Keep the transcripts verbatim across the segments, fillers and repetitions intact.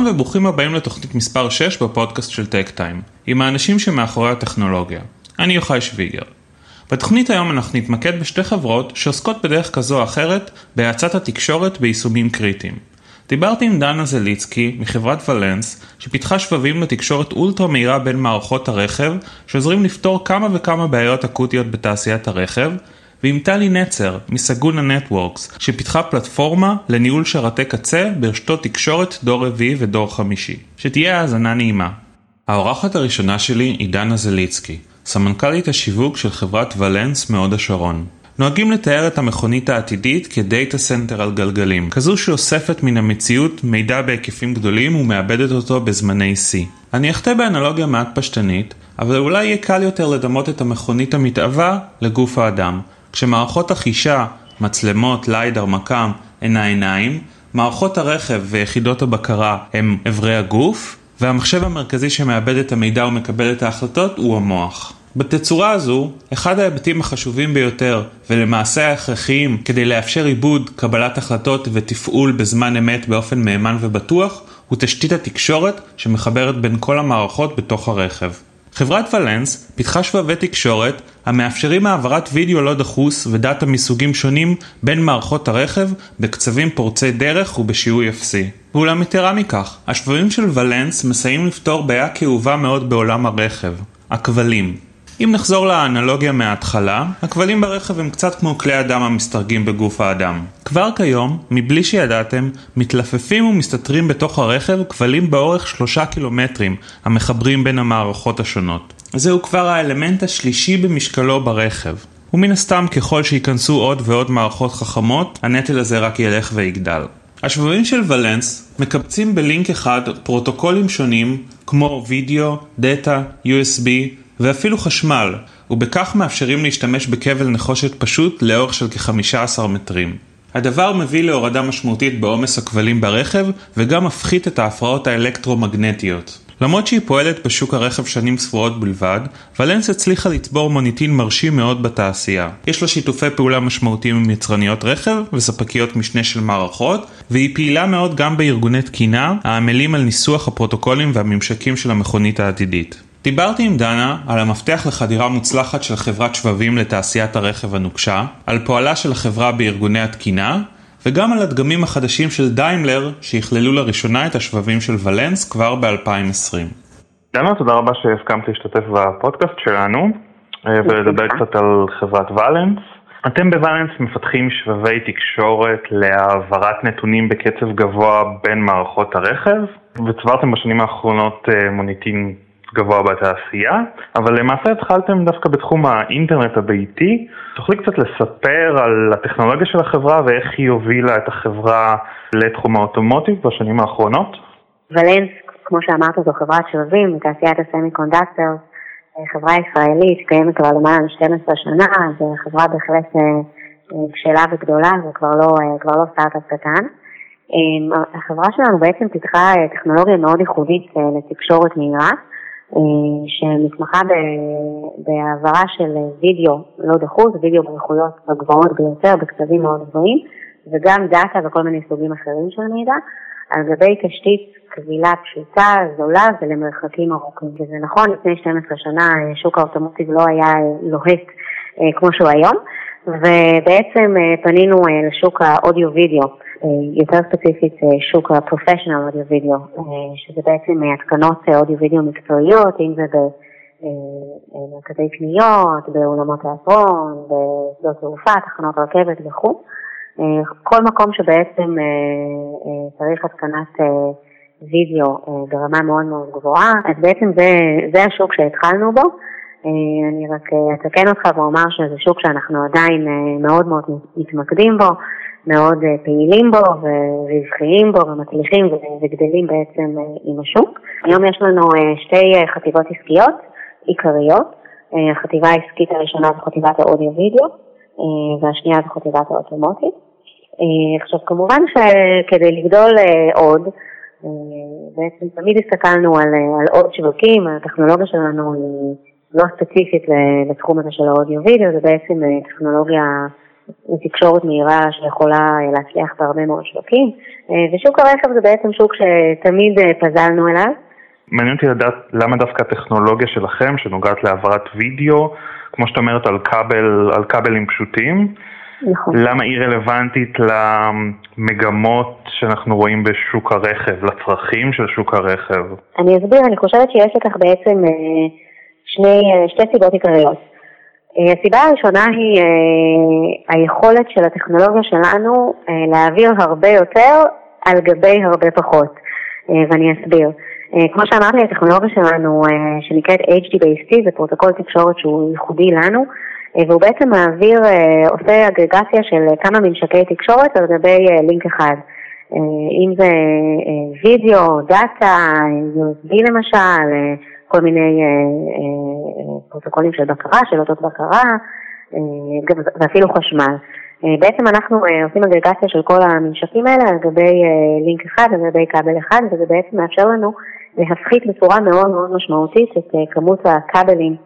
שלום וברוכים הבאים לתוכנית מספר שש בפודקאסט של טק טיים, עם האנשים שמאחורי הטכנולוגיה. אני יוחאי שוויגר. בתוכנית היום אנחנו נתמקד בשתי חברות שעוסקות בדרך כזו או אחרת בהאצת התקשורת ביישומים קריטיים. דיברתי עם דנה זליצקי מחברת ולנס, שפיתחה שבבים לתקשורת אולטרה מהירה בין מערכות הרכב, שעוזרים לפתור כמה וכמה בעיות אקוטיות בתעשיית הרכב, ועם טלי נצר מסגונה נטוורקס, שפיתחה פלטפורמה לניהול שרתי קצה ברשתות תקשורת דור רביעי ודור חמישי. שתהיה האזנה נעימה. האורחת הראשונה שלי היא דנה זליצקי, סמנכ"לית השיווק של חברת ולנס מהוד השרון. נוהגים לתאר את המכונית העתידית כדאטה סנטר על גלגלים, כזו שאוספת מן המציאות מידע בהיקפים גדולים ומאבדת אותו בזמני שיא. אני אחטא באנלוגיה מעט פשטנית, אבל אולי יהיה קל יותר לדמות את המכונית המתאווה לגוף האדם, כשמערכות החישה, מצלמות, ליידר, מקם, הן העיניים, מערכות הרכב ויחידות הבקרה הם אברי הגוף, והמחשב המרכזי שמאבד את המידע ומקבל את ההחלטות הוא המוח. בתצורה הזו, אחד ההיבטים החשובים ביותר ולמעשה ההכרחיים כדי לאפשר עיבוד, קבלת החלטות ותפעול בזמן אמת באופן מהימן ובטוח, הוא תשתית התקשורת שמחברת בין כל המערכות בתוך הרכב. חברת ולנס פיתחה שבבי תקשורת המאפשרים העברת וידאו לא דחוס ודאטה מסוגים שונים בין מערכות הרכב בקצבים פורצי דרך ובשיעוי אפסי. ואולם יתרה מכך, השבבים של ולנס מסייעים לפתור בעיה כאובה מאוד בעולם הרכב, הכבלים. אם נחזור לאנלוגיה מההתחלה, הכבלים ברכב הם קצת כמו כלי אדם המסתרגים בגוף האדם. כבר כיום, מבלי שידעתם, מתלפפים ומסתתרים בתוך הרכב כבלים באורך שלושה קילומטרים, המחברים בין המערכות השונות. זהו כבר האלמנט השלישי במשקלו ברכב. ומן הסתם ככל שיכנסו עוד ועוד מערכות חכמות, הנטל הזה רק ילך ויגדל. השבבים של ולנס מקבצים בלינק אחד פרוטוקולים שונים כמו וידאו, דאטה, יו אס בי, ואפילו חשמל, ובכך מאפשרים להשתמש בכבל נחושת פשוט לאורך של כ-חמישה עשר מטרים. הדבר מביא להורדה משמעותית בעומס הכבלים ברכב, וגם מפחית את ההפרעות האלקטרומגנטיות. למרות שהיא פועלת בשוק הרכב שנים ספורות בלבד, ולנס הצליחה לצבור מוניטין מרשים מאוד בתעשייה. יש לה שיתופי פעולה משמעותיים עם יצרניות רכב וספקיות משנה של מערכות, והיא פעילה מאוד גם בארגוני תקינה, העמלים על ניסוח הפרוטוקולים והממשקים של המכונית העתידית. דיברתי עם דנה על המפתח לחדירה מוצלחת של חברת שבבים לתעשיית הרכב הנוקשה, על פועלה של החברה בארגוני התקינה, וגם על הדגמים החדשים של דיימלר שהכללו לראשונה את השבבים של ולנס כבר ב-אלפיים עשרים. דנה, תודה רבה שהסכמת להשתתף בפודקאסט שלנו ולדבר קצת על חברת ולנס. אתם בוולנס מפתחים שבבי תקשורת להעברת נתונים בקצב גבוה בין מערכות הרכב, וצברתם בשנים האחרונות מוניטין גבוה בתעשייה, אבל למעשה התחלתם דווקא בתחום האינטרנט הביתי. תוכלי קצת לספר על הטכנולוגיה של החברה ואיך היא הובילה את החברה לתחום האוטומוטיב בשנים האחרונות? ולנס, כמו שאמרת, זו חברת שבבים בתעשיית הסמי-קונדקטור, חברה ישראלית שקיימת כבר למעלה מ-שתים עשרה שנה, זו חברה בהחלט בשלה וגדולה, זה כבר לא, כבר לא סטארט-אפ קטן. החברה שלנו בעצם פיתחה טכנולוגיה מאוד ייחודית לתקשורת מהירה, שמתמחה בהעברה של וידאו לא דחוס, וידאו באיכויות הגבוהות ביותר, בקצבים מאוד גבוהים, וגם דאטה וכל מיני סוגים אחרים של מידע, על גבי תשתית קבילה פשוטה, זולה ולמרחקים ארוכים. וזה נכון, לפני שתים עשרה שנה שוק האוטומוטיב לא היה לוהט כמו שהוא היום, ובעצם פנינו לשוק האודיו-וידאו, יותר ספציפית שוק הפרופשיונל אודיו-וידאו, שזה בעצם התקנות אודיו-וידאו מקצועיות, אם זה במרכזי קניות, באולמות תיאטרון, בשדות תעופה, תחנות רכבת וכו'. כל מקום שבעצם צריך התקנת וידאו ברמה מאוד מאוד גבוהה, אז בעצם זה, זה השוק שהתחלנו בו. אני רק אתקן אותך ואומר שזה שוק שאנחנו עדיין מאוד מאוד מתמקדים בו, מאוד פעילים בו ורווחיים בו ומצליחים וגדלים בעצם עם השוק. היום יש לנו שתי חטיבות עסקיות עיקריות. החטיבה העסקית הראשונה זו חטיבת האודיו-וידאו, והשנייה זו חטיבת האוטומוטיב. עכשיו כמובן שכדי לגדול עוד, בעצם תמיד הסתכלנו על, על עוד שווקים. הטכנולוגיה שלנו היא לא ספציפית לתחום הזה של האודיו-וידאו, זה בעצם טכנולוגיה לתקשורת מהירה שיכולה להצליח בהרבה מאוד שווקים, ושוק הרכב זה בעצם שוק שתמיד פזלנו אליו. מעניין אותי לדעת למה דווקא הטכנולוגיה שלכם שנוגעת להעברת וידאו, כמו שאתה אומרת על כבל, על כבלים פשוטים, נכון. למה היא רלוונטית למגמות שאנחנו רואים בשוק הרכב, לצרכים של שוק הרכב? אני אסביר, אני חושבת שיש לכך בעצם שני, שתי סיבות עיקריות. הסיבה הראשונה היא היכולת של הטכנולוגיה שלנו להעביר הרבה יותר על גבי הרבה פחות, ואני אסביר. כמו שאמרתי, הטכנולוגיה שלנו שנקראת אייץ' די בי אס טי זה פרוטוקול תקשורת שהוא ייחודי לנו, והוא בעצם מעביר, עושה אגרגציה של כמה ממשקי תקשורת על גבי לינק אחד. אם זה וידאו, דאטה, יו אס בי למשל, כל מיני פרוטוקולים של בקרה, של אותות בקרה, ואפילו חשמל. בעצם אנחנו עושים אגרגציה של כל הממשקים האלה על גבי לינק אחד, על גבי כבל אחד, וזה בעצם מאפשר לנו להפחית בצורה מאוד מאוד משמעותית את כמות הכבלים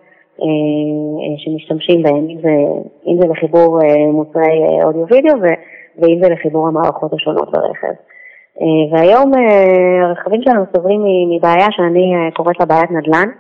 שמשתמשים בהם, אם זה, אם זה לחיבור מוצרי אודיו וידאו ואם זה לחיבור המערכות השונות ברכב. והיום הרכבים שלנו סובלים מבעיה שאני קוראת לה בעיית נדל"ן,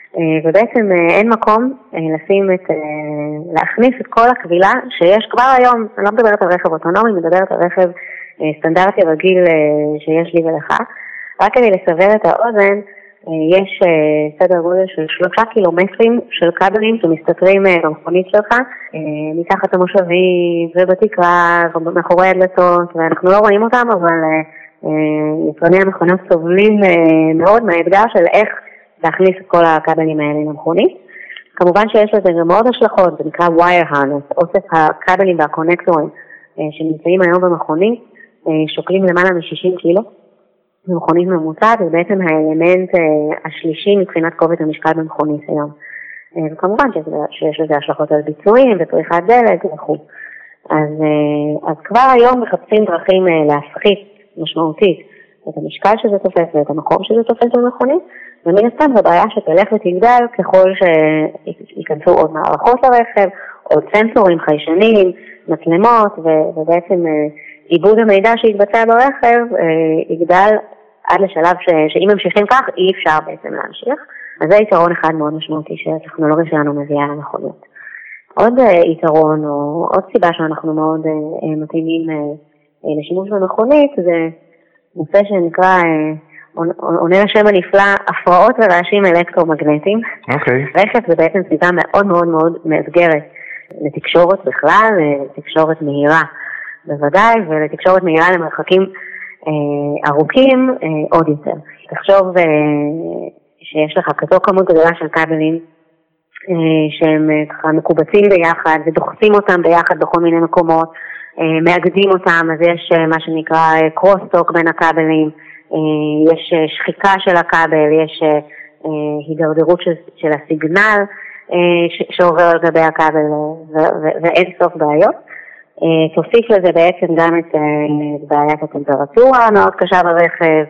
ובעצם אין מקום לשים את, להכניס את כל הכבילה שיש כבר היום. אני לא מדברת על רכב אוטונומי, אני מדברת על רכב סטנדרטי רגיל שיש לי ולך. רק כדי לסבר את האוזן, יש סדר גודל של שלושה קילומטרים של כבלים שמסתתרים במכונית שלך, מתחת המושבים ובתקרה ומאחורי הדלתות, ואנחנו לא רואים אותם, אבל יצרני המכוניות סובלים מאוד מהאתגר של איך להכניס את כל הכבלים האלה למכונית. כמובן שיש לזה גם מאוד השלכות, זה נקרא wire harness, אוסף הכבלים והקונקטורים שנמצאים היום במכונית, שוקלים למעלה מ-שישים קילו. במכונית ממוצעת, זה בעצם האלמנט השלישי מבחינת כובד המשקל במכונית היום. וכמובן שיש לזה השלכות על ביצועים ופריחת דלק וכו'. אז, אז כבר היום מחפשים דרכים להפחית משמעותית את המשקל שזה תופס ואת המקום שזה תופס במכונית, ומן הסתם זו בעיה שתלך ותגדל ככל שיכנסו עוד מערכות לרכב, עוד סנסורים חיישנים, מצלמות, ובעצם עיבוד המידע שיתבצע ברכב יגדל עד לשלב ש, שאם ממשיכים כך אי אפשר בעצם להמשיך. אז זה יתרון אחד מאוד משמעותי שהטכנולוגיה שלנו מביאה למכוניות. עוד יתרון או עוד סיבה שאנחנו מאוד מתאימים לשימוש במכונית זה נושא שנקרא, עונה לשם הנפלא, הפרעות ורעשים אלקטרומגנטיים. אוקיי. רכב זה בעצם סביבה מאוד מאוד מאוד מאתגרת לתקשורת בכלל, לתקשורת מהירה בוודאי, ולתקשורת מהירה למרחקים אה, ארוכים אה, עוד יותר. תחשוב אה, שיש לך כזו כמות גדולה של כבלים אה, שהם ככה מקובצים ביחד ודוחסים אותם ביחד בכל מיני מקומות, אה, מאגדים אותם, אז יש אה, מה שנקרא קרוסטוק בין הכבלים, אה, יש אה, שחיקה של הכבל, יש אה, אה, הידרדרות של, של הסיגנל אה, ש, שעובר על גבי הכבל אה, ו- ו- ואין סוף בעיות. תוסיף לזה בעצם גם את בעיית הטמפרטורה המאוד קשה ברכב,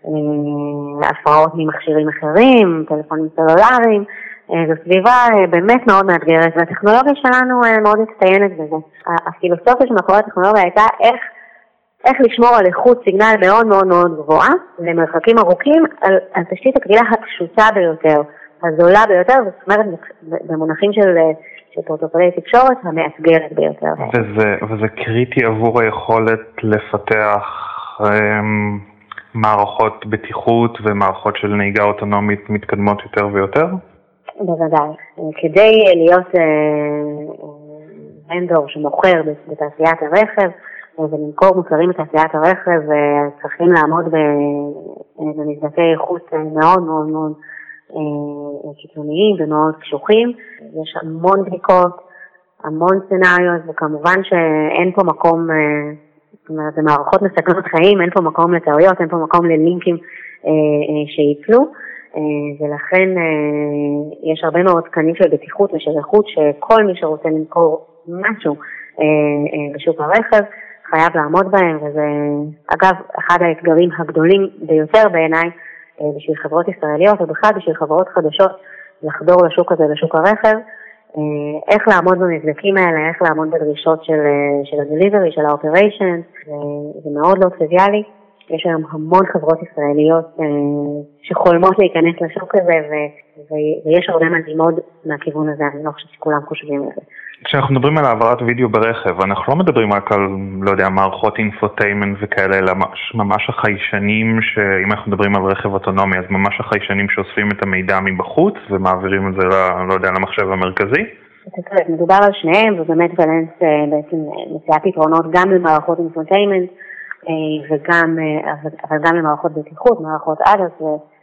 הפרעות ממכשירים אחרים, טלפונים סלולריים, זו סביבה באמת מאוד מאתגרת, והטכנולוגיה שלנו מאוד מצטיינת בזה. הפילוסופיה שמאחורי הטכנולוגיה הייתה איך, איך לשמור על איכות סיגנל מאוד מאוד מאוד גבוהה, למרחקים ארוכים, על, על תשתית הכבילה הפשוטה ביותר, הזולה ביותר, זאת אומרת במונחים של... של פרוטוקולי תקשורת המאתגרת ביותר. וזה, וזה קריטי עבור היכולת לפתח um, מערכות בטיחות ומערכות של נהיגה אוטונומית מתקדמות יותר ויותר? בוודאי. כדי להיות ונדור שמוכר בתעשיית הרכב ולמכור מוצרים בתעשיית הרכב, צריכים לעמוד במזדקי איכות מאוד מאוד מאוד קיצוניים ומאוד קשוחים. יש המון בדיקות, המון סצנריות, וכמובן שאין פה מקום, זאת אומרת, זה מערכות מסכנות חיים, אין פה מקום לטעויות, אין פה מקום ללינקים שיפלו, ולכן יש הרבה מאוד תקנים של בטיחות ושל איכות, שכל מי שרוצה למכור משהו בשוק הרכב חייב לעמוד בהם, וזה אגב אחד האתגרים הגדולים ביותר בעיניי, בשביל חברות ישראליות, או בכלל בשביל חברות חדשות, לחדור לשוק הזה, לשוק הרכב, איך לעמוד במבדקים האלה, איך לעמוד בדרישות של, של ה-delivery, של ה-operation, זה מאוד לא טריוויאלי. יש היום המון חברות ישראליות שחולמות להיכנס לשוק הזה, ויש הרבה מה ללמוד מהכיוון הזה, אני לא חושבת שכולם חושבים על זה. כשאנחנו מדברים על העברת וידאו ברכב, אנחנו לא מדברים רק על, לא יודע, מערכות אינפוטיימנט וכאלה, אלא ממש החיישנים, שאם אנחנו מדברים על רכב אוטונומי, אז ממש החיישנים שאוספים את המידע מבחוץ, ומעבירים את זה, לא יודע, למחשב המרכזי. מדובר על שניהם, ובאמת ולנס בעצם מציעה פתרונות גם למערכות אינפוטיימנט, וגם, אבל גם למערכות בטיחות, מערכות אדס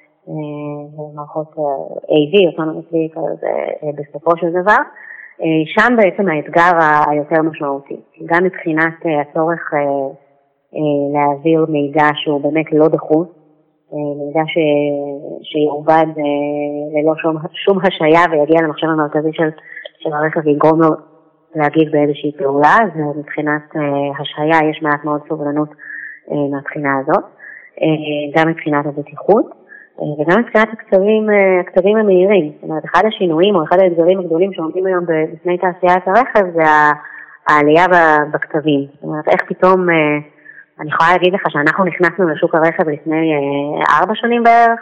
ומערכות איי וי, אוטונומי כזה בסופו של דבר. שם בעצם האתגר היותר משמעותי, גם מבחינת הצורך להעביר מידע שהוא באמת לא דחוס, מידע ש... שיעובד ללא שום, שום השעיה ויגיע למחשב המרכזי של, של הרכב ויגרום לו להגיב באיזושהי פעולה, אז מבחינת השעיה יש מעט מאוד סובלנות מהבחינה הזאת, גם מבחינת הבטיחות. וגם מבחינת הכתבים, הכתבים המהירים. זאת אומרת, אחד השינויים או אחד האתגרים הגדולים שעומדים היום בפני תעשיית הרכב זה העלייה בכתבים. זאת אומרת, איך פתאום, אני יכולה להגיד לך שאנחנו נכנסנו לשוק הרכב לפני ארבע שנים בערך,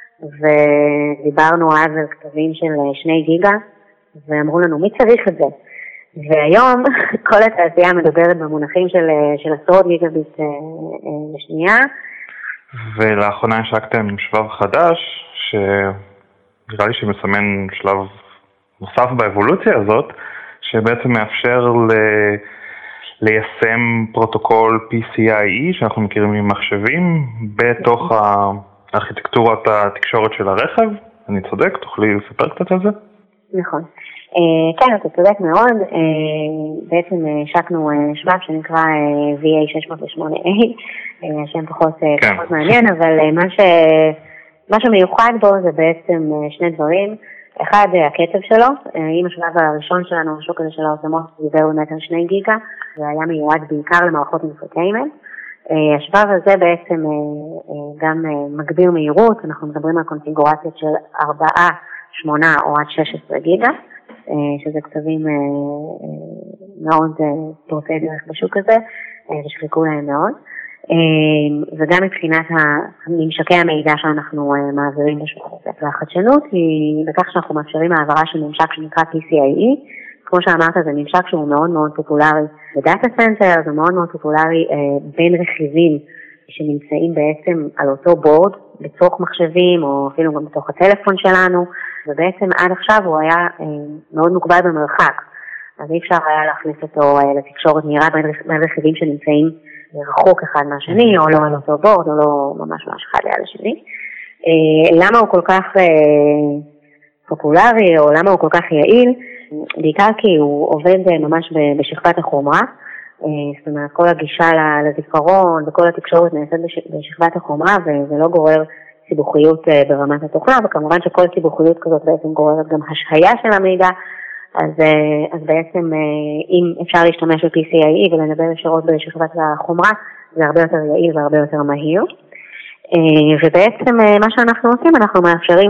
ודיברנו אז על כתבים של שני גיגה, ואמרו לנו, מי צריך את זה? והיום כל התעשייה מדברת במונחים של, של עשרות גיגביט לשנייה, ולאחרונה השקתם שלב חדש, שנראה לי שמסמן שלב נוסף באבולוציה הזאת, שבעצם מאפשר ל... ליישם פרוטוקול פי סי איי אי, שאנחנו מכירים ממחשבים, בתוך הארכיטקטורת התקשורת של הרכב. אני צודק? תוכלי לספר קצת על זה? נכון. כן, אתה צודק מאוד. בעצם השקנו שבב שנקרא וי איי שש מאות ושמונה איי, השם פחות מעניין, אבל מה שמיוחד בו זה בעצם שני דברים. אחד, הקצב שלו. עם השבב הראשון שלנו, השוק הזה של האוטומות, דיבר באמת על שני גיגה, והיה מיועד בעיקר למערכות אינפוטיימנט. השבב הזה בעצם גם מגביר מהירות, אנחנו מדברים על קונפיגורציות של ארבע, שמונה או עד שש עשרה גיגה, שזה כתבים מאוד פורצי דרך בשוק הזה, ושחיקו להם מאוד. וגם מבחינת ממשקי המידע שאנחנו מעבירים בשוק הזה. והחדשנות היא בכך שאנחנו מאפשרים העברה של ממשק שנקרא פי סי איי אי, כמו שאמרת, זה ממשק שהוא מאוד מאוד פופולרי בדאטה סנטר, זה מאוד מאוד פופולרי בין רכיבים שנמצאים בעצם על אותו בורד, בתוך מחשבים או אפילו גם בתוך הטלפון שלנו, ובעצם עד עכשיו הוא היה מאוד מוגבל במרחק, אז אי אפשר היה להכניס אותו לתקשורת מהירה בין רכיבים שנמצאים רחוק אחד מהשני, או לא על אותו בורד, או לא ממש ממש אחד ליד השני. למה הוא כל כך פופולרי, או למה הוא כל כך יעיל? בעיקר כי הוא עובד ממש בשכבת החומרה, זאת אומרת, כל הגישה לזיכרון וכל התקשורת נעשית בשכבת החומרה, וזה לא גורר סיבוכיות ברמת התוכנה, וכמובן שכל סיבוכיות כזאת בעצם גוררת גם השהיה של המידע, אז, אז בעצם אם אפשר להשתמש ב-פי סי איי אי ולנבל ישירות בשכבת החומרה, זה הרבה יותר יעיל והרבה יותר מהיר. ובעצם מה שאנחנו עושים, אנחנו מאפשרים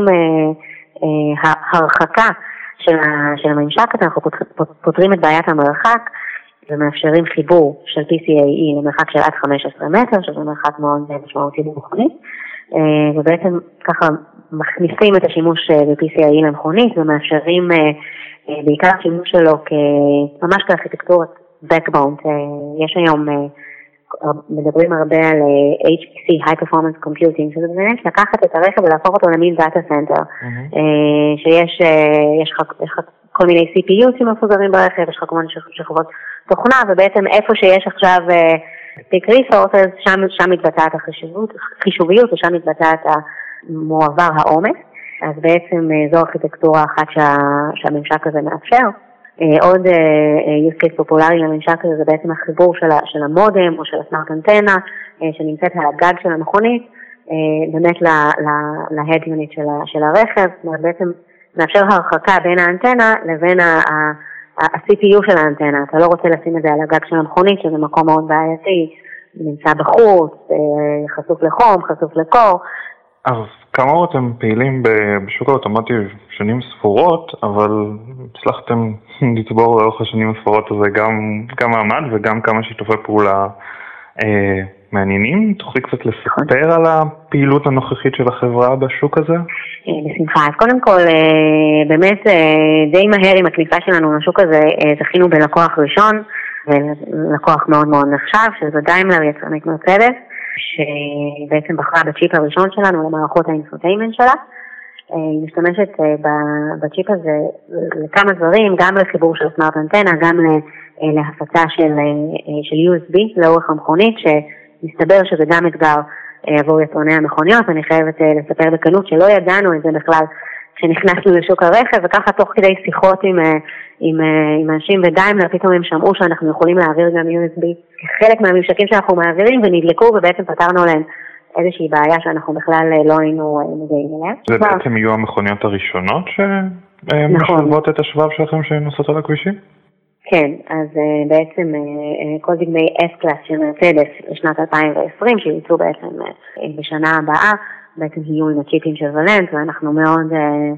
הרחקה של, של הממשק, אנחנו פותרים את בעיית המרחק, ומאפשרים חיבור של פי סי איי אי למרחק של עד חמישה עשר מטר, שזה מרחק מאוד משמעותי במכונית, ובעצם ככה מכניסים את השימוש ב-פי סי איי אי למכונית, ומאפשרים בעיקר השימוש שלו ממש כארכיטקטורת backbone. יש היום, מדברים הרבה על אייץ' פי סי, High Performance Computing, שזה באמת לקחת את הרכב ולהפוך אותו למין דאטה סנטר, שיש יש כל מיני סי פי יו שמפוזרים ברכב, יש לך כל מיני שכבות תוכנה, ובעצם איפה שיש עכשיו פיק ריסורסס, שם, שם מתבטאת החישוביות, ושם מתבטאת מועבר העומס. אז בעצם זו ארכיטקטורה אחת שה, שהממשק הזה מאפשר. עוד use case פופולרי לממשק הזה זה בעצם החיבור של, של המודם או של הסמארט אנטנה שנמצאת על הגג של המכונית, באמת ל-head unit של, של הרכב, זאת אומרת בעצם מאפשר הרחקה בין האנטנה לבין ה-סי פי יו של האנטנה. אתה לא רוצה לשים את זה על הגג של המכונית, שזה מקום מאוד בעייתי, נמצא בחוץ, חשוף לחום, חשוף לקור, אז כאמור אתם פעילים בשוק האוטומוטיב שנים ספורות, אבל הצלחתם לצבור לאורך השנים הספורות הזה גם, גם מעמד וגם כמה שיתופי פעולה אה, מעניינים. תוכלי קצת לספר על הפעילות הנוכחית של החברה בשוק הזה? בשמחה. אז קודם כל, באמת די מהר עם הכניסה שלנו לשוק הזה, זכינו בלקוח ראשון, ולקוח מאוד מאוד נחשב, שזה דיימלר, יצרנית מרצדס, שבעצם בחרה בצ'יפ הראשון שלנו למערכות האינפוטיימנט שלה. היא משתמשת בצ'יפ הזה לכמה דברים, גם לחיבור של סמארט אנטנה, גם להפצה של, של יו אס בי לאורך המכונית, שמסתבר שזה גם אתגר עבור יצרני המכוניות. אני חייבת לספר בכנות שלא ידענו את זה בכלל כשנכנסנו לשוק הרכב, וככה תוך כדי שיחות עם, עם, עם אנשים בדיימלר, פתאום הם שמעו שאנחנו יכולים להעביר גם יו אס בי כחלק מהממשקים שאנחנו מעבירים, ונדלקו ובעצם פתרנו להם איזושהי בעיה שאנחנו בכלל לא היינו מגיעים אליה. זה בעצם יהיו המכוניות הראשונות שמשלבות את השבב שלכם שנוסעות על הכבישים? כן, אז בעצם כל דגמי S-Class של מרצדס לשנת אלפיים ועשרים, שיצאו בעצם בשנה הבאה, בעצם יהיו עם הצ'יפים של ולנס, ואנחנו מאוד,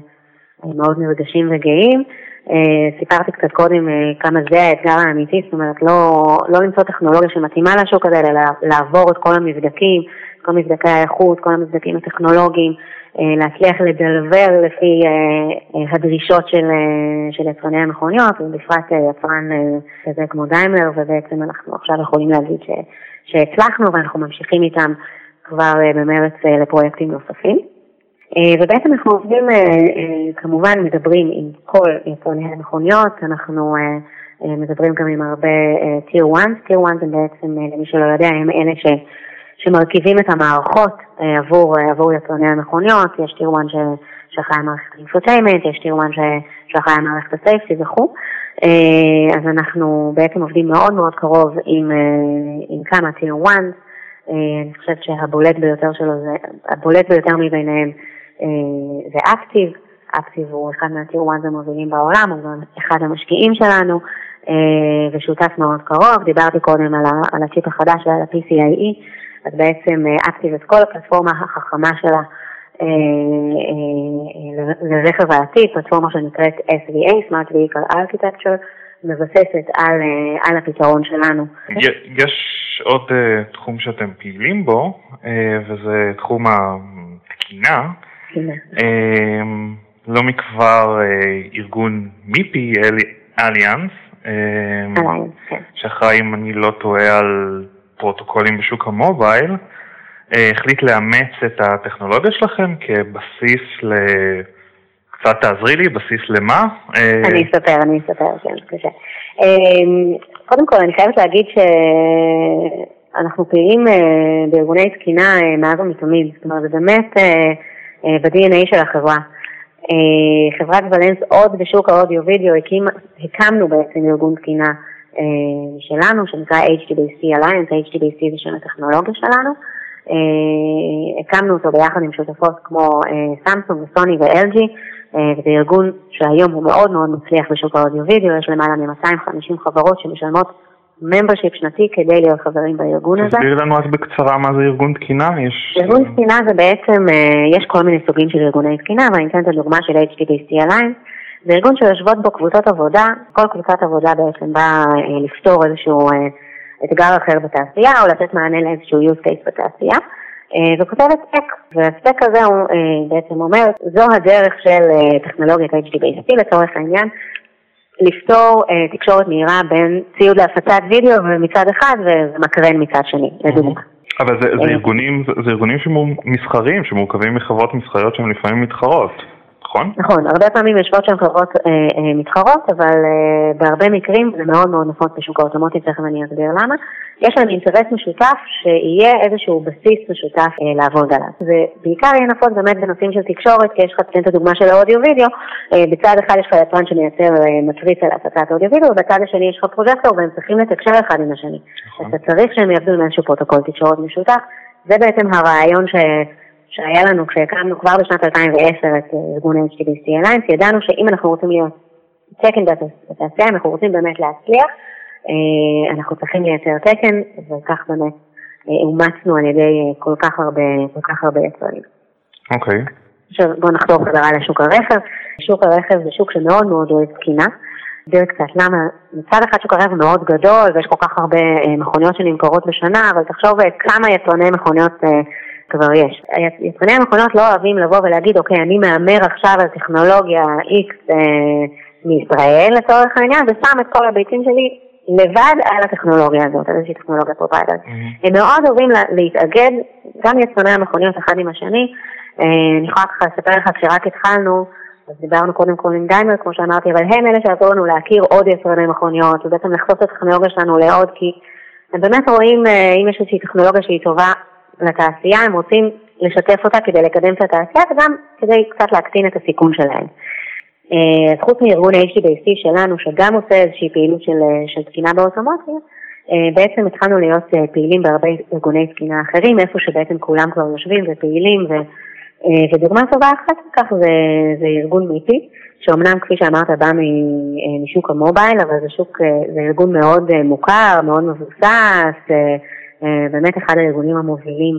מאוד נרגשים וגאים. סיפרתי קצת קודם כמה זה האתגר האמיתי, זאת אומרת, לא, לא למצוא טכנולוגיה שמתאימה לשוק הזה, אלא לעבור את כל המבדקים, כל מבדקי האיכות, כל המבדקים הטכנולוגיים, להצליח לדלבר לפי הדרישות של, של יצרני המכוניות, ובפרט יצרן כזה כמו דיימלר, ובעצם אנחנו עכשיו יכולים להגיד ש, שהצלחנו, ואנחנו ממשיכים איתם כבר במרץ לפרויקטים נוספים. ובעצם אנחנו עובדים, כמובן מדברים עם כל יצרני המכוניות, אנחנו מדברים גם עם הרבה טיר אחת, טיר אחת זה בעצם, למי שלא יודע, הם אלה ש... שמרכיבים את המערכות עבור, עבור יצרני המכוניות. יש טיר אחת שאחראי על מערכת האינפוטיימנט, יש טיר אחת שאחראי על מערכת הסייפטי וכו'. אז אנחנו בעצם עובדים מאוד מאוד קרוב עם, עם כמה טיר אחת. אני חושבת שהבולט ביותר שלו, זה, הבולט ביותר מביניהם זה אקטיב. אקטיב הוא אחד מהטיר אחת המובילים בעולם, הוא גם אחד המשקיעים שלנו, ושותף מאוד קרוב. דיברתי קודם על, ה, על הצ'יפ החדש ועל ה-פי סי איי אי. אז בעצם אקטיב את כל הפלטפורמה החכמה שלה לרכב העתיד, פלטפורמה שנקראת אס וי איי, Smart Vehicle Architecture, מבססת על, על הפתרון שלנו. יש עוד תחום שאתם פעילים בו, וזה תחום התקינה. לא מכבר ארגון מיפי אליאנס, שאחראי, אם אני לא טועה, על פרוטוקולים בשוק המובייל, החליט לאמץ את הטכנולוגיה שלכם כבסיס ל... קצת תעזרי לי, בסיס למה? אני אספר, אני אספר, כן, קשה. קודם כל, אני חייבת להגיד שאנחנו פעילים בארגוני תקינה מאז ומתמיד, זאת אומרת, זה באמת ב-די אן איי של החברה. חברת ולנס עוד בשוק האודיו-וידאו, הקמנו בעצם ארגון תקינה שלנו, שנקרא אייץ' די בי סי Alliance, אייץ' די בי סי זה שם הטכנולוגיה שלנו. הקמנו אותו ביחד עם שותפות כמו סמסונג וסוני ו-אל ג'י, וזה ארגון שהיום הוא מאוד מאוד מצליח בשוק האודיו-וידאו, יש למעלה מ-מאתיים וחמישים חברות שמשלמות ממברשיפ שנתי כדי להיות חברים בארגון הזה. תסביר לנו אז בקצרה מה זה ארגון תקינה? יש... ארגון תקינה זה בעצם, יש כל מיני סוגים של ארגוני תקינה, ואני אתן את הדוגמה של אייץ' די בי סי Alliance. זה ארגון שיושבות בו קבוצות עבודה, כל קבוצת עבודה בעצם באה לפתור איזשהו אתגר אחר בתעשייה, או לתת מענה לאיזשהו use case בתעשייה, וכותבת ספק, והספק הזה הוא בעצם אומר, זו הדרך של טכנולוגיית אייץ' די בי סי לצורך העניין, לפתור תקשורת מהירה בין ציוד להפצת וידאו מצד אחד, ומקרן מצד שני, לדוגמה. אבל זה, זה ארגונים, זה ארגונים שמסחרים, שמורכבים מחברות מסחריות שהן לפעמים מתחרות. נכון? נכון, הרבה פעמים יושבות שהן חברות אה, אה, מתחרות, אבל אה, בהרבה מקרים זה מאוד מאוד נפוץ בשוק האוטומוטיב, תכף אני אסביר למה. יש להם אינטרס משותף שיהיה איזשהו בסיס משותף אה, לעבוד עליו. זה בעיקר יהיה נפוץ באמת בנושאים של תקשורת, כי יש לך את הדוגמה של האודיו-וידאו, אה, בצד אחד יש לך יצרן שמייצר אה, מטריץ על הפצת אודיו-וידאו, ובצד השני יש לך פרוג'קטור, והם צריכים לתקשר אחד עם השני. נכון. אז אתה צריך שהם יעבדו עם איזשהו פרוטוקול תקשורת משותף. זה בעצם הרעיון ש... שהיה לנו כשהקמנו כבר בשנת אלפיים ועשר את ארגון אייץ' די בי סי Alliance, ידענו שאם אנחנו רוצים להיות תקן בתעשייה, אנחנו רוצים באמת להצליח, אנחנו צריכים לייצר תקן, וכך באמת אומצנו על ידי כל כך הרבה, כל כך הרבה יצרנים. אוקיי. עכשיו בואו נחזור חזרה לשוק הרכב. שוק הרכב זה שוק שמאוד מאוד אוהב תקינה. נסביר קצת למה מצד אחד שוק הרכב מאוד גדול ויש כל כך הרבה מכוניות שנמכרות בשנה, אבל תחשוב כמה יצרני מכוניות כבר יש. יצרני המכוניות לא אוהבים לבוא ולהגיד, אוקיי, אני מאמר עכשיו על טכנולוגיה X מישראל לצורך העניין, ושם את כל הביצים שלי לבד על הטכנולוגיה הזאת, על איזושהי טכנולוגיה פרופייטרית. Mm-hmm. הם מאוד אוהבים להתאגד, גם יצרני המכוניות אחד עם השני. אני יכולה ככה לספר לך, כשרק התחלנו, אז דיברנו קודם כל עם דיימלר, כמו שאמרתי, אבל הם אלה שעזרו לנו להכיר עוד יצרני מכוניות, ובעצם לחשוף את הטכנולוגיה שלנו לעוד, כי הם באמת רואים, אם יש איזושהי טכנולוגיה שהיא טובה לתעשייה, הם רוצים לשתף אותה כדי לקדם את התעשייה, וגם כדי קצת להקטין את הסיכון שלהם. אז חוץ מארגון ה-אייץ' די בי איי סי שלנו, שגם עושה איזושהי פעילות של, של תקינה באוטומציה, בעצם התחלנו להיות פעילים בהרבה ארגוני תקינה אחרים, איפה שבעצם כולם כבר יושבים ופעילים, ו, ודוגמה טובה אחת כך זה, זה ארגון מיפי, שאומנם כפי שאמרת בא משוק המובייל, אבל זה שוק, זה ארגון מאוד מוכר, מאוד מבוסס, באמת אחד הארגונים המובילים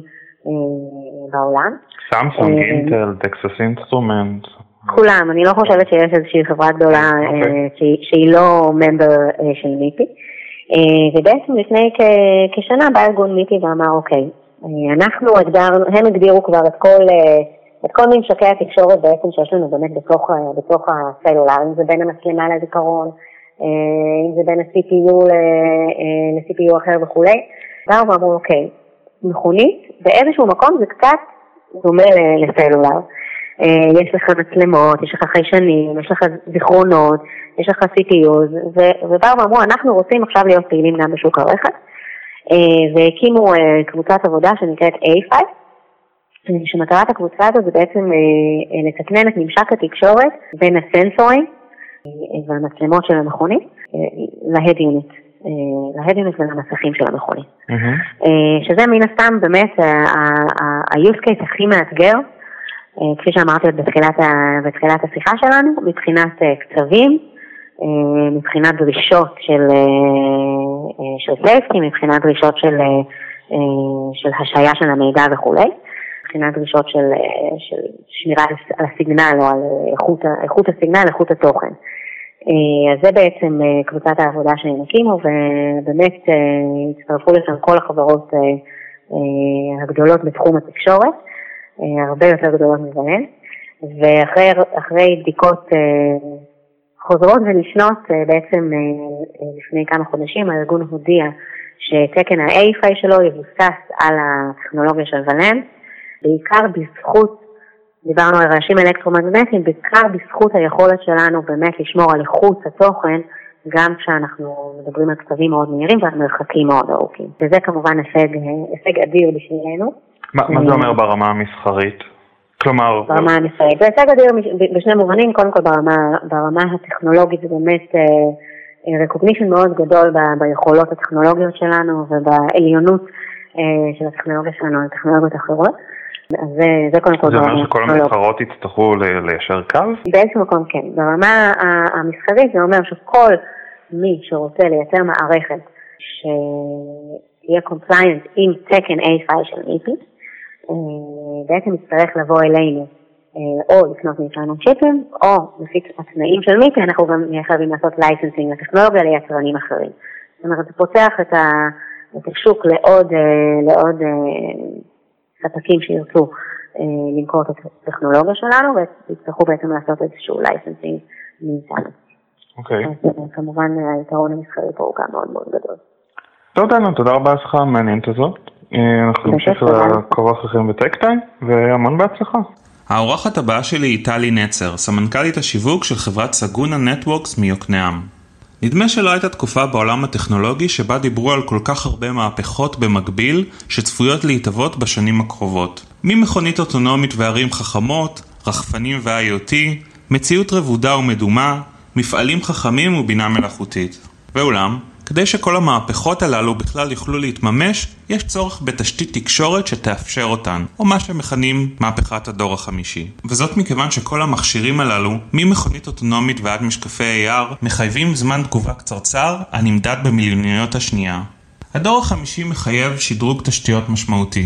בעולם. סמסונג, אינטל, טקסס אינסטרומנט. כולם, אני לא חושבת שיש איזושהי חברה גדולה שהיא לא ממבר של מיפי. ובעצם לפני כשנה בא ארגון מיפי ואמר, אוקיי, אנחנו הגדרנו, הם הגדירו כבר את כל, את כל ממשקי התקשורת בעצם שיש לנו באמת בתוך, בתוך הסלולר, אם זה בין המצלמה לזיכרון, אם זה בין ה-סי פי יו ל-סי פי יו אחר וכולי. באו ואמרו, אוקיי, מכונית, באיזשהו מקום זה קצת דומה לסלולר. יש לך מצלמות, יש לך חיישנים, יש לך זיכרונות, יש לך סי פי יו, ובאו ואמרו, אנחנו רוצים עכשיו להיות פעילים גם בשוק הרכב, והקימו קבוצת עבודה שנקראת איי פייב, שמטרת הקבוצה הזאת זה בעצם לתקנן את ממשק התקשורת בין הסנסורים והמצלמות של המכונית להד יוניט. להד יוניט ולמסכים של המכונית. שזה מן הסתם באמת ה-use case הכי מאתגר, כפי שאמרתי בתחילת, בתחילת השיחה שלנו, מבחינת קצבים, מבחינת דרישות של, של safety, מבחינת דרישות של, של השעיה של המידע וכו', מבחינת דרישות של, של שמירה על הסיגנל או על איכות, איכות הסיגנל, איכות התוכן. אז זה בעצם קבוצת העבודה שהם הקימו, ובאמת הצטרפו לשם כל החברות הגדולות בתחום התקשורת, הרבה יותר גדולות מבהן, ואחרי בדיקות חוזרות ונשנות, בעצם לפני כמה חודשים הארגון הודיע שתקן ה-איי פייב שלו יבוסס על הטכנולוגיה של ולנס, בעיקר בזכות, דיברנו על רעשים אלקטרומגנטיים, בעיקר בזכות היכולת שלנו באמת לשמור על איכות התוכן, גם כשאנחנו מדברים על קצבים מאוד מהירים ועל מרחקים מאוד ארוכים. וזה כמובן הישג, הישג אדיר בשבילנו. מה, מה זה אומר ברמה המסחרית? כלומר... ברמה המסחרית. זה הישג אדיר בשני מובנים, קודם כל ברמה, ברמה הטכנולוגית זה באמת recognition מאוד גדול ב, ביכולות הטכנולוגיות שלנו ובעליונות של הטכנולוגיה שלנו על טכנולוגיות אחרות. זה, זה קודם כל... זה אומר שכל המסחרות יצטרכו ליישר קו? באיזשהו מקום כן. ברמה המסחרית זה אומר שכל מי שרוצה לייצר מערכת שתהיה compliant עם תקן איי פייב של מיפי, בעצם יצטרך לבוא אלינו או לקנות מאיתנו צ'יפים, או לפי התנאים של מיפי, אנחנו גם נהיה חייבים לעשות לייסנסינג לטכנולוגיה ליצרנים אחרים. זאת אומרת, זה פותח את, ה, את השוק לעוד, לעוד ספקים שירצו למכור את הטכנולוגיה שלנו, ויצטרכו בעצם לעשות איזשהו לייסנסינג מאיתנו. אוקיי. אז כמובן היתרון המסחרי פה הוא גם מאוד מאוד גדול. תודה, תודה רבה לך, המעניינת הזאת. אנחנו נמשיך לעקוב אחריכם בטק-טיים, והמון בהצלחה. האורחת הבאה שלי היא טלי נצר, סמנכ"לית השיווק של חברת סגונה נטוורקס מיוקנעם. נדמה שלא הייתה תקופה בעולם הטכנולוגי שבה דיברו על כל כך הרבה מהפכות במקביל שצפויות להתהוות בשנים הקרובות. ממכונית אוטונומית וערים חכמות, רחפנים ו-איי או טי, מציאות רבודה ומדומה, מפעלים חכמים ובינה מלאכותית. ואולם, כדי שכל המהפכות הללו בכלל יוכלו להתממש, יש צורך בתשתית תקשורת שתאפשר אותן, או מה שמכנים מהפכת הדור החמישי. וזאת מכיוון שכל המכשירים הללו, ממכונית אוטונומית ועד משקפי איי אר, מחייבים זמן תגובה קצרצר הנמדד במיליוניות השנייה. הדור החמישי מחייב שדרוג תשתיות משמעותי,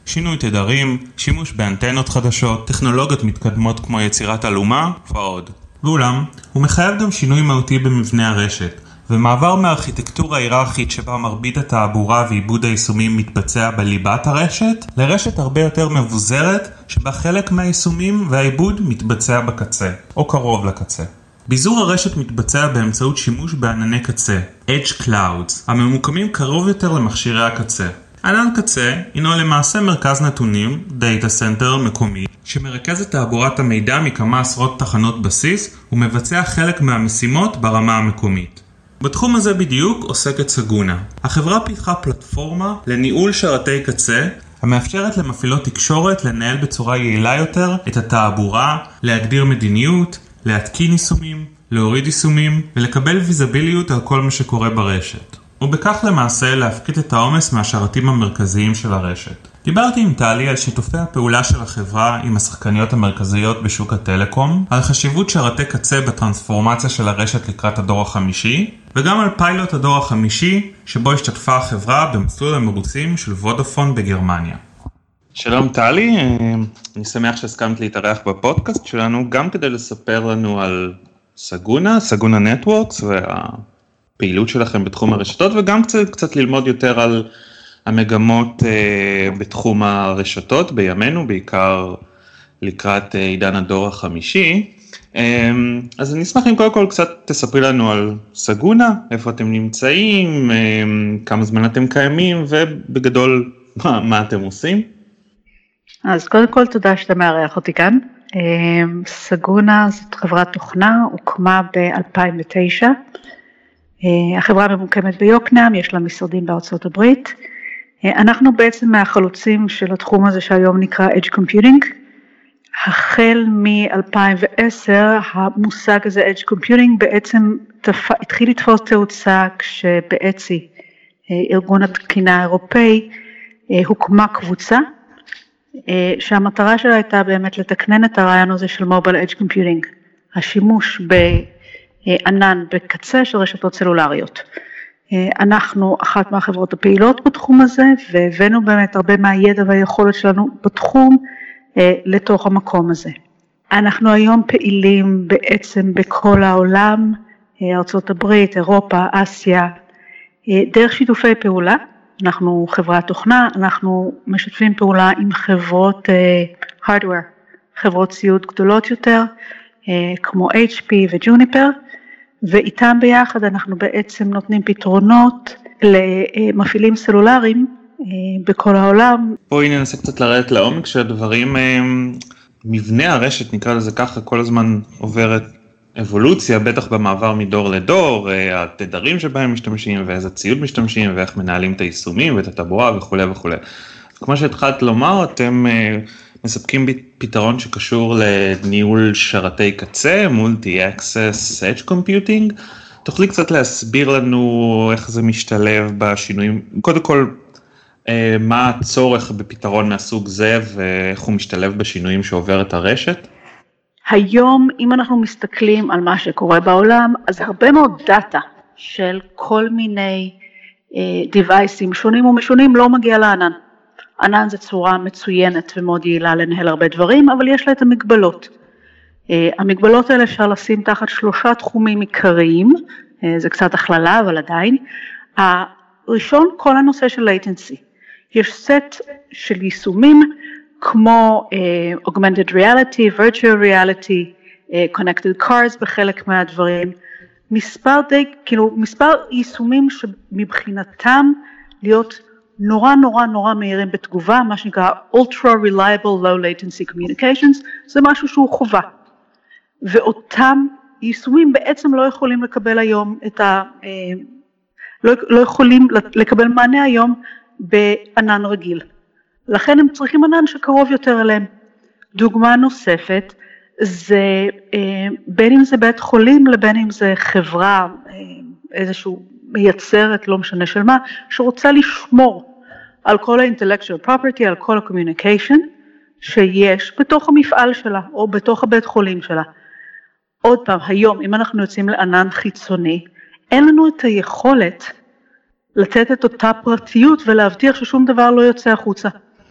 שינוי תדרים, שימוש באנטנות חדשות, טכנולוגיות מתקדמות כמו יצירת אלומה ועוד. ואולם, הוא מחייב גם שינוי מהותי במבנה הרשת, ומעבר מהארכיטקטורה ההיררכית שבה מרבית התעבורה ועיבוד היישומים מתבצע בליבת הרשת, לרשת הרבה יותר מבוזרת שבה חלק מהיישומים והעיבוד מתבצע בקצה, או קרוב לקצה. ביזור הרשת מתבצע באמצעות שימוש בענני קצה, Edge Clouds, הממוקמים קרוב יותר למכשירי הקצה. ענן קצה הינו למעשה מרכז נתונים, Data Center מקומי, שמרכז את תעבורת המידע מכמה עשרות תחנות בסיס ומבצע חלק מהמשימות ברמה המקומית. בתחום הזה בדיוק עוסקת סגונה. החברה פיתחה פלטפורמה לניהול שרתי קצה, המאפשרת למפעילות תקשורת לנהל בצורה יעילה יותר את התעבורה, להגדיר מדיניות, להתקין יישומים, להוריד יישומים ולקבל ויזביליות על כל מה שקורה ברשת. ובכך למעשה להפחית את העומס מהשרתים המרכזיים של הרשת. דיברתי עם טלי על שיתופי הפעולה של החברה עם השחקניות המרכזיות בשוק הטלקום, על חשיבות שרתי קצה בטרנספורמציה של הרשת לקראת הדור החמישי, וגם על פיילוט הדור החמישי שבו השתתפה החברה במסלול המרוצים של וודאפון בגרמניה. שלום טלי, אני שמח שהסכמת להתארח בפודקאסט שלנו, גם כדי לספר לנו על סגונה, סגונה נטוורקס והפעילות שלכם בתחום הרשתות, וגם קצת, קצת ללמוד יותר על המגמות בתחום הרשתות בימינו, בעיקר לקראת עידן הדור החמישי. אז אני אשמח אם קודם כל קצת תספרי לנו על סגונה, איפה אתם נמצאים, כמה זמן אתם קיימים, ובגדול מה, מה אתם עושים. אז קודם כל תודה שאתה מארח אותי כאן. סגונה זאת חברת תוכנה, הוקמה ב-אלפיים ותשע. החברה ממוקמת ביוקנעם, יש לה משרדים בארצות הברית. אנחנו בעצם מהחלוצים של התחום הזה שהיום נקרא Edge Computing. החל מ-אלפיים ועשר המושג הזה Edge Computing בעצם תפ... התחיל לתפוס תאוצה כשבאצי, ארגון התקינה האירופאי, הוקמה קבוצה, שהמטרה שלה הייתה באמת לתקנן את הרעיון הזה של Mobile Edge Computing, השימוש בענן בקצה של רשתות סלולריות. אנחנו אחת מהחברות הפעילות בתחום הזה, והבאנו באמת הרבה מהידע והיכולת שלנו בתחום לתוך המקום הזה. אנחנו היום פעילים בעצם בכל העולם, ארצות הברית, אירופה, אסיה, דרך שיתופי פעולה. אנחנו חברת תוכנה, אנחנו משתפים פעולה עם חברות hardware, חברות ציוד גדולות יותר, כמו אייץ' פי וג'וניפר, ואיתם ביחד אנחנו בעצם נותנים פתרונות למפעילים סלולריים בכל העולם. בואי ננסה קצת לרדת לעומק שהדברים, מבנה הרשת נקרא לזה ככה, כל הזמן עוברת אבולוציה, בטח במעבר מדור לדור, התדרים שבהם משתמשים ואיזה ציוד משתמשים ואיך מנהלים את היישומים ואת התעבורה וכו' וכו'. כמו שהתחלת לומר, אתם מספקים פתרון שקשור לניהול שרתי קצה, מולטי-אקסס אדג' קומפיוטינג. תוכלי קצת להסביר לנו איך זה משתלב בשינויים, קודם כל, מה הצורך בפתרון מהסוג זה ואיך הוא משתלב בשינויים שעוברת הרשת? היום, אם אנחנו מסתכלים על מה שקורה בעולם, אז הרבה מאוד דאטה של כל מיני דיווייסים שונים ומשונים לא מגיע לענן. ענן זה צורה מצוינת ומאוד יעילה לנהל הרבה דברים, אבל יש לה את המגבלות. המגבלות האלה אפשר לשים תחת שלושה תחומים עיקריים, זה קצת הכללה אבל עדיין. הראשון, כל הנושא של latency. יש סט של יישומים כמו uh, augmented reality, virtual reality, uh, connected cars בחלק מהדברים, מספר די, כאילו מספר יישומים שמבחינתם להיות נורא נורא נורא מהירים בתגובה, מה שנקרא ultra reliable low latency communications, זה משהו שהוא חובה. ואותם יישומים בעצם לא יכולים לקבל היום את ה... Uh, לא, לא יכולים לקבל מענה היום בענן רגיל. לכן הם צריכים ענן שקרוב יותר אליהם. דוגמה נוספת, זה בין אם זה בית חולים לבין אם זה חברה, איזשהו מייצרת, לא משנה של מה, שרוצה לשמור על כל ה-intellectual property, על כל ה-communication שיש בתוך המפעל שלה או בתוך הבית חולים שלה. עוד פעם, היום אם אנחנו יוצאים לענן חיצוני, אין לנו את היכולת לתת את אותה פרטיות ולהבטיח ששום דבר לא יוצא החוצה.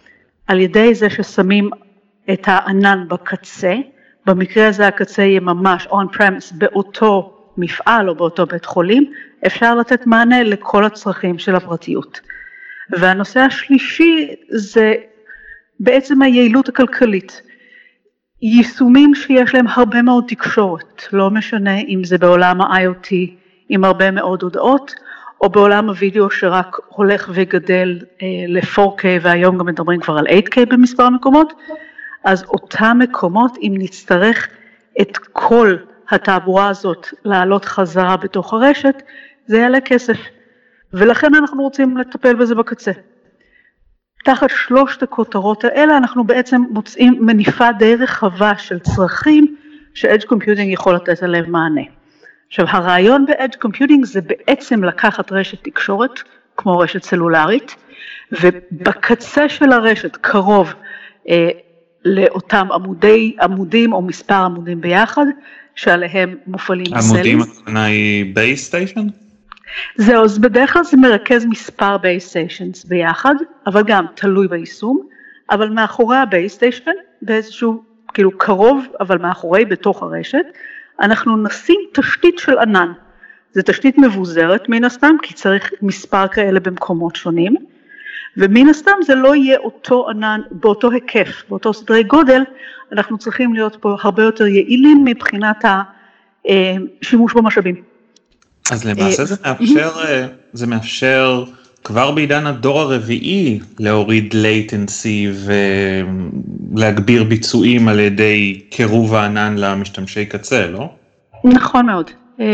על ידי זה ששמים את הענן בקצה, במקרה הזה הקצה יהיה ממש on premise באותו מפעל או באותו בית חולים, אפשר לתת מענה לכל הצרכים של הפרטיות. והנושא השלישי זה בעצם היעילות הכלכלית. יישומים שיש להם הרבה מאוד תקשורת, לא משנה אם זה בעולם ה-איי או טי עם הרבה מאוד הודעות, או בעולם הוידאו שרק הולך וגדל אה, ל-פור קיי, והיום גם מדברים כבר על אייט קיי במספר מקומות, אז אותם מקומות, אם נצטרך את כל התעבורה הזאת לעלות חזרה בתוך הרשת, זה יעלה כסף, ולכן אנחנו רוצים לטפל בזה בקצה. תחת שלושת הכותרות האלה אנחנו בעצם מוצאים מניפה די רחבה של צרכים ש-Edge Computing יכול לתת עליהם מענה. עכשיו הרעיון ב-Edge Computing זה בעצם לקחת רשת תקשורת כמו רשת סלולרית, ובקצה של הרשת קרוב אה, לאותם עמודי, עמודים או מספר עמודים ביחד, שעליהם מופעלים סלים. עמודים הכוונה היא base station? זהו, אז בדרך כלל זה מרכז מספר base stations ביחד, אבל גם תלוי ביישום, אבל מאחורי ה-base station, באיזשהו כאילו קרוב, אבל מאחורי בתוך הרשת, אנחנו נשים תשתית של ענן. זו תשתית מבוזרת מן הסתם, כי צריך מספר כאלה במקומות שונים, ומן הסתם זה לא יהיה אותו ענן באותו היקף, באותו סדרי גודל, אנחנו צריכים להיות פה הרבה יותר יעילים מבחינת השימוש במשאבים. אז למעשה זה מאפשר, זה מאפשר כבר בעידן הדור הרביעי להוריד latency ולהגביר ביצועים על ידי קירוב הענן למשתמשי קצה, לא? נכון מאוד.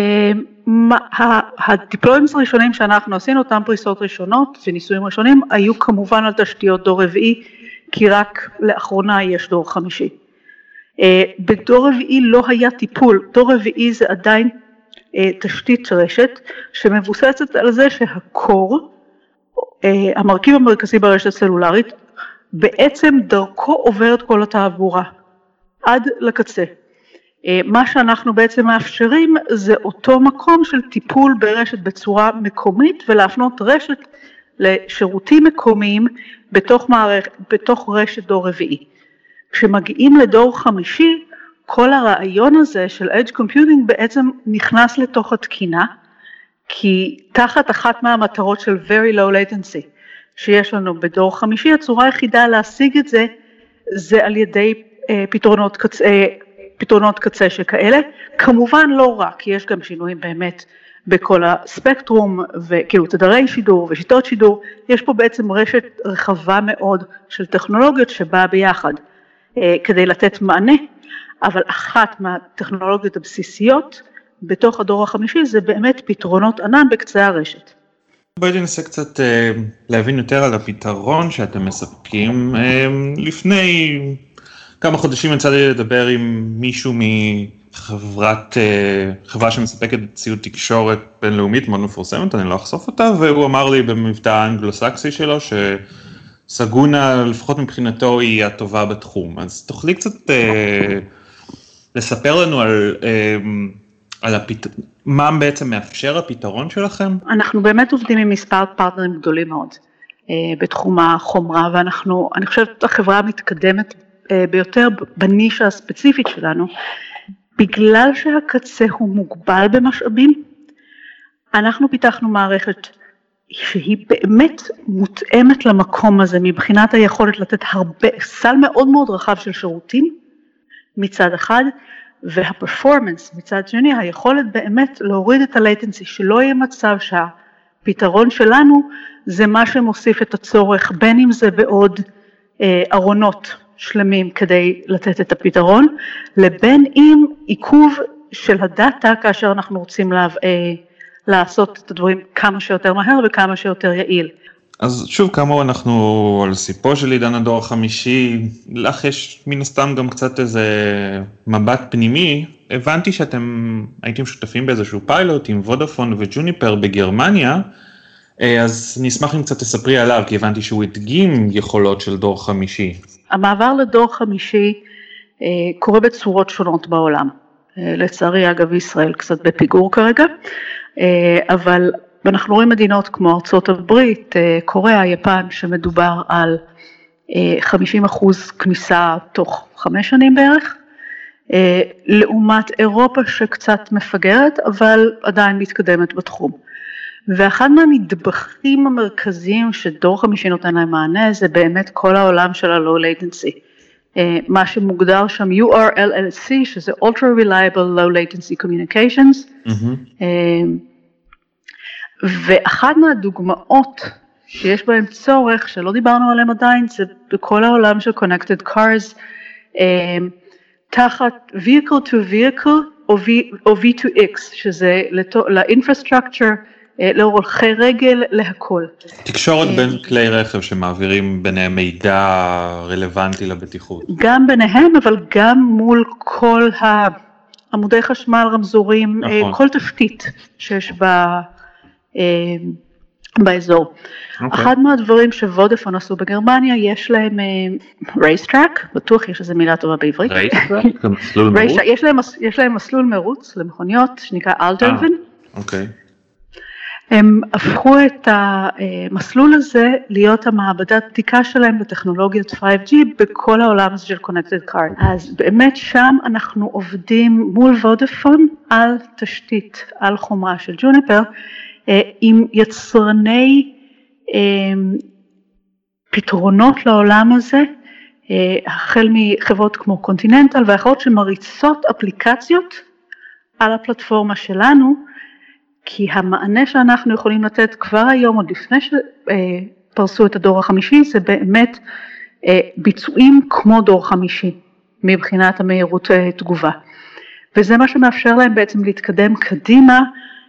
הדיפלוימנטס הראשונים שאנחנו עשינו, אותם פריסות ראשונות וניסויים ראשונים, היו כמובן על תשתיות דור רביעי, כי רק לאחרונה יש דור חמישי. בדור רביעי לא היה טיפול, דור רביעי זה עדיין תשתית רשת שמבוססת על זה שהקור, המרכיב המרכזי ברשת סלולרית, בעצם דרכו עוברת כל התעבורה, עד לקצה. מה שאנחנו בעצם מאפשרים זה אותו מקום של טיפול ברשת בצורה מקומית, ולהפנות רשת לשירותים מקומיים בתוך, מערכ... בתוך רשת דור רביעי. כשמגיעים לדור חמישי, כל הרעיון הזה של Edge Computing בעצם נכנס לתוך התקינה, כי תחת אחת מהמטרות של Very Low Latency, שיש לנו בדור חמישי, הצורה היחידה להשיג את זה, זה על ידי אה, פתרונות קצה, אה, פתרונות קצה שכאלה, כמובן לא רק, יש גם שינויים באמת בכל הספקטרום, וכאילו תדרי שידור ושיטות שידור, יש פה בעצם רשת רחבה מאוד של טכנולוגיות שבאה ביחד, אה, כדי לתת מענה, אבל אחת מהטכנולוגיות הבסיסיות בתוך הדור החמישי זה באמת פתרונות ענן בקצה הרשת. בואי ננסה קצת להבין יותר על הפתרון שאתם מספקים. לפני כמה חודשים יצא לי לדבר עם מישהו מחברת, חברה שמספקת ציוד תקשורת בינלאומית מאוד מפורסמת, אני לא אחשוף אותה, והוא אמר לי במבטא האנגלו-סקסי שלו שסגונה לפחות מבחינתו היא הטובה בתחום. אז תוכלי קצת לספר לנו על, על הפת... מה בעצם מאפשר הפתרון שלכם? אנחנו באמת עובדים עם מספר פרטנרים גדולים מאוד בתחום החומרה, ואנחנו, אני חושבת, החברה מתקדמת ביותר בנישה הספציפית שלנו, בגלל שהקצה הוא מוגבל במשאבים, אנחנו פיתחנו מערכת שהיא באמת מותאמת למקום הזה, מבחינת היכולת לתת הרבה, סל מאוד מאוד רחב של שירותים, מצד אחד, והפרפורמנס מצד שני, היכולת באמת להוריד את הלייטנסי, שלא יהיה מצב שהפתרון שלנו זה מה שמוסיף את הצורך, בין אם זה בעוד אה, ארונות שלמים כדי לתת את הפתרון, לבין אם עיכוב של הדאטה כאשר אנחנו רוצים לה, אה, לעשות את הדברים כמה שיותר מהר וכמה שיותר יעיל. אז שוב, כאמור, אנחנו על סיפו של עידן הדור החמישי, לך יש מן הסתם גם קצת איזה מבט פנימי, הבנתי שאתם הייתם שותפים באיזשהו פיילוט עם וודאפון וג'וניפר בגרמניה, אז נשמח אם קצת תספרי עליו, כי הבנתי שהוא הדגים יכולות של דור חמישי. המעבר לדור חמישי קורה בצורות שונות בעולם, לצערי אגב ישראל קצת בפיגור כרגע, אבל ואנחנו רואים מדינות כמו ארצות הברית, קוריאה, יפן, שמדובר על חמישים אחוז כניסה תוך חמש שנים בערך, לעומת אירופה שקצת מפגרת, אבל עדיין מתקדמת בתחום. ואחד מהנדבכים המרכזיים שדור חמישי נותן להם מענה, זה באמת כל העולם של ה-Low Latency. מה שמוגדר שם U R L L C, שזה Ultra Reliable Low Latency Communications. Mm-hmm. ואחד מהדוגמאות שיש בהם צורך, שלא דיברנו עליהם עדיין, זה בכל העולם של Connected Cars, תחת Vehicle to Vehicle או V to X, שזה ל-Infrastructure, להולכי רגל, להכל. תקשורת בין כלי רכב שמעבירים ביניהם מידע רלוונטי לבטיחות. גם ביניהם, אבל גם מול כל עמודי חשמל, רמזורים, נכון. כל תשתית שיש בה, באזור. Okay. אחד מהדברים שוודאפון עשו בגרמניה, יש להם רייסטראק, בטוח יש איזו מילה טובה בעברית. רייסטראק? מסלול מרוץ? יש להם, יש להם מסלול מרוץ למכוניות, שנקרא אלדרבן. אוקיי. הם הפכו את המסלול הזה להיות המעבדת בדיקה שלהם בטכנולוגיות פייב ג'י בכל העולם הזה של Connected Car. אז באמת שם אנחנו עובדים מול וודאפון על תשתית, על חומרה של ג'וניפר, עם יצרני פתרונות לעולם הזה, החל מחברות כמו קונטיננטל ואחרות שמריצות אפליקציות על הפלטפורמה שלנו, כי המענה שאנחנו יכולים לתת כבר היום, עוד לפני שפרסו את הדור החמישי, זה באמת ביצועים כמו דור חמישי, מבחינת המהירות תגובה. וזה מה שמאפשר להם בעצם להתקדם קדימה,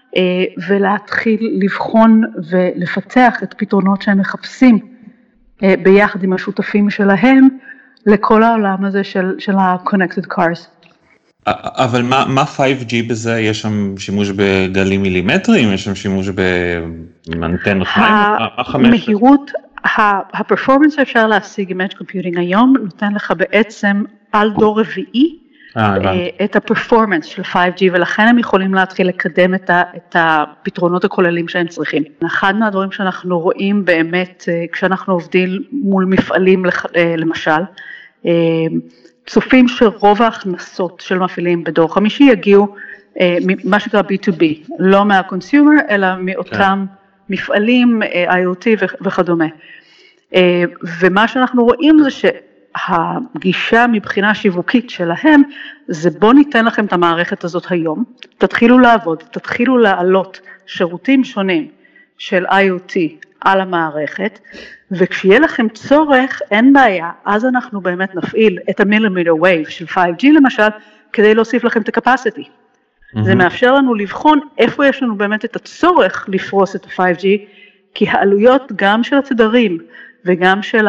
ולהתחיל לבחון ולפתח את פתרונות שהם מחפשים, ביחד עם השותפים שלהם, לכל העולם הזה של, של ה-Connected Cars. אבל מה, מה פייב ג'י בזה? יש שם שימוש בגלים מילימטריים? יש שם שימוש באנטנות מים? המהירות, הפרפורמנס שאפשר להשיג עם Edge Computing היום, נותן לך בעצם על דור רביעי, את הפרפורמנס של פייב ג'י, ולכן הם יכולים להתחיל לקדם את, ה, את הפתרונות הכוללים שהם צריכים. אחד מהדברים שאנחנו רואים באמת, כשאנחנו עובדים מול מפעלים למשל, צופים שרוב ההכנסות של מפעילים בדור חמישי יגיעו ממה שקרה בי טו בי, לא מהקונסיומר, אלא מאותם מפעלים, איי או טי וכדומה. ומה שאנחנו רואים זה שהגישה מבחינה שיווקית שלהם, זה בוא ניתן לכם את המערכת הזאת היום, תתחילו לעבוד, תתחילו לעלות שירותים שונים של איי או טי על המערכת, וכשיהיה לכם צורך, אין בעיה, אז אנחנו באמת נפעיל את המילימטר וייב של פייב ג'י למשל, כדי להוסיף לכם את ה-capacity. Mm-hmm. זה מאפשר לנו לבחון איפה יש לנו באמת את הצורך לפרוס את ה-פייב ג'י, כי העלויות גם של התדרים, וגם של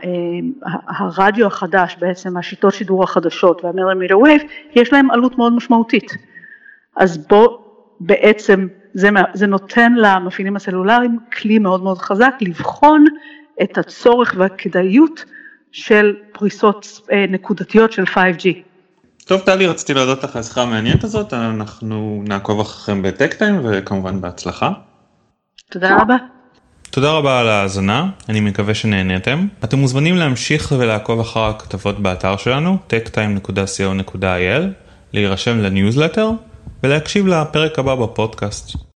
הרדיו החדש, בעצם השיטות שידור החדשות והמילימטר וייב, יש להם עלות מאוד משמעותית. אז בוא בעצם, זה, זה נותן למפעילים הסלולריים כלי מאוד מאוד חזק, לבחון את הצורך והכדאיות של פריסות נקודתיות של פייב ג'י. טוב, טלי, רציתי להודות לך על השיחה המעניינת הזאת, אנחנו נעקוב אחריכם בטק-טיים וכמובן בהצלחה. תודה רבה. תודה רבה על ההאזנה, אני מקווה שנהניתם. אתם מוזמנים להמשיך ולעקוב אחר הכתבות באתר שלנו, טק טיים נקודה סי או נקודה איי אל, להירשם לניוזלטר ולהקשיב לפרק הבא בפודקאסט.